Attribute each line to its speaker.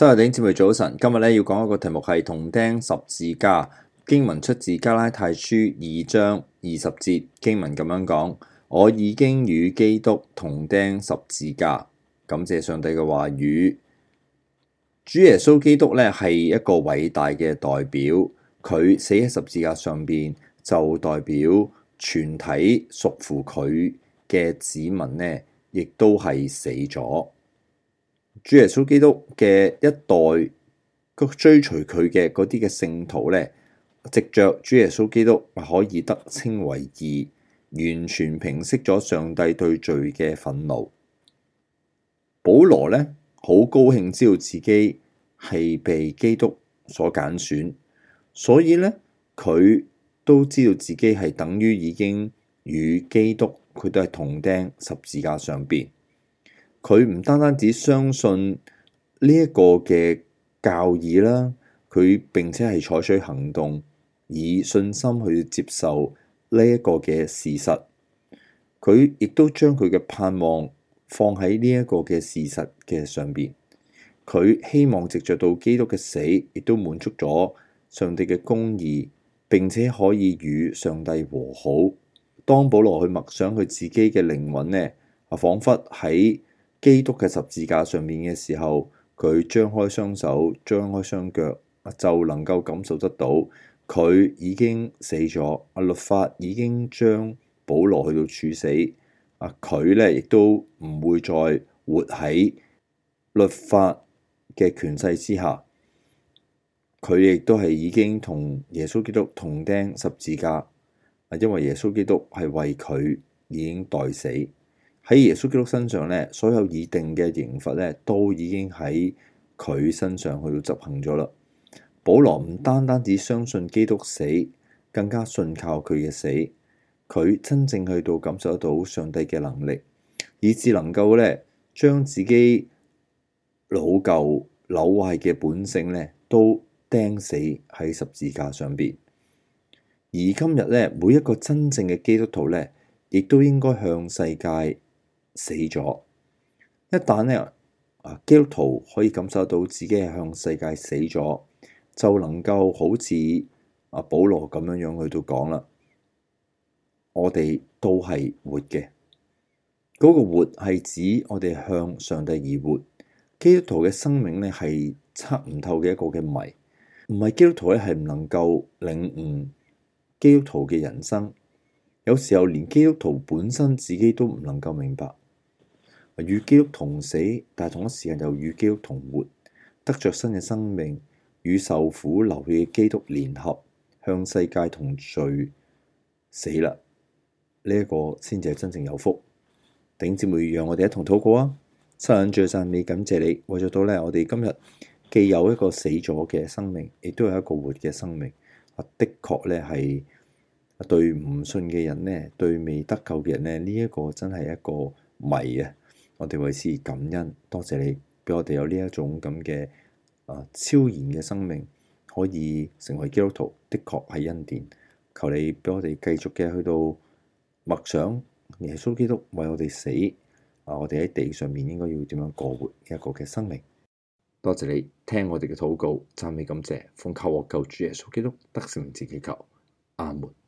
Speaker 1: 親愛的弟兄姊妹早晨，今日要講一個題目係銅釘十字架。經文出自加拉太書2章20節，經文咁樣講：我已經與基督銅釘十字架。感謝上帝嘅話語。主耶穌基督呢係一個偉大嘅代表，佢死喺十字架上邊，就代表全體屬乎佢嘅子民呢，亦都係死咗。主耶穌基督嘅一代追隨佢嘅嗰啲嘅聖徒呢，藉着主耶穌基督可以得稱為義，完全平息咗上帝對罪嘅憤怒。保羅呢，好高興知道自己係被基督所揀選，所以呢，佢都知道自己係等於已經與基督，佢都係銅釘十字架上邊。佢唔單單只相信呢一個嘅教義啦，佢並且係採取行動，以信心去接受呢一個嘅事實。佢亦都將佢嘅盼望放喺呢一個嘅事實嘅上邊。佢希望藉着到基督嘅死，亦都滿足咗上帝嘅公義，並且可以與上帝和好。當保羅去默想佢自己嘅靈魂呢，彷彿喺基督嘅十字架上面嘅時候，佢張開雙手，張開雙腳，就能夠感受得到佢已經死咗。律法已經將保羅去到處死，佢呢亦都唔會再活喺律法嘅權勢之下。佢亦都係已經同耶穌基督銅釘十字架，因為耶穌基督係為佢已經代死。喺耶穌基督身上呢，所有已定嘅刑罰呢，都已經喺佢身上去到執行咗啦。保羅唔單單只相信基督死，更加信靠佢嘅死。佢真正去到感受得到上帝嘅能力，以致能夠呢將自己老舊朽壞嘅本性呢都釘死喺十字架上邊。而今日呢，每一個真正嘅基督徒呢，亦都應該向世界死咗。一旦呢，基督徒可以感受到自己係向世界死咗，就能夠好似保羅咁樣去到講啦，我哋都係活嘅。嗰個活係指我哋向上帝而活。基督徒嘅生命呢，係測唔透嘅一個嘅謎，唔係基督徒咧係唔能夠領悟基督徒嘅人生。有時候連基督徒本身自己都唔能夠明白。與基督同死，但係同一時間又與基督同活，得着新嘅生命，與受苦流血嘅基督聯合，向世界同罪死啦。呢一個先至係真正有福。弟兄姊妹，讓我哋一同禱告啊！親愛嘅主，讚美感謝你，為咗到呢，我哋今日既有一個死咗嘅生命，亦都有一個活嘅生命。的確呢係對唔信嘅人呢，對未得救嘅人呢，呢一個真係一個謎啊！我哋為此感恩，多謝你俾我哋有呢一種咁嘅超然嘅生命，可以成為基督徒，的確係恩典。求你俾我哋繼續嘅去到默想耶穌基督為我哋死，我哋喺地上面應該要點樣過活一個嘅生命。多謝你聽我哋嘅禱告，讚美感謝，奉靠我救主耶穌基督得勝名字祈求，阿門。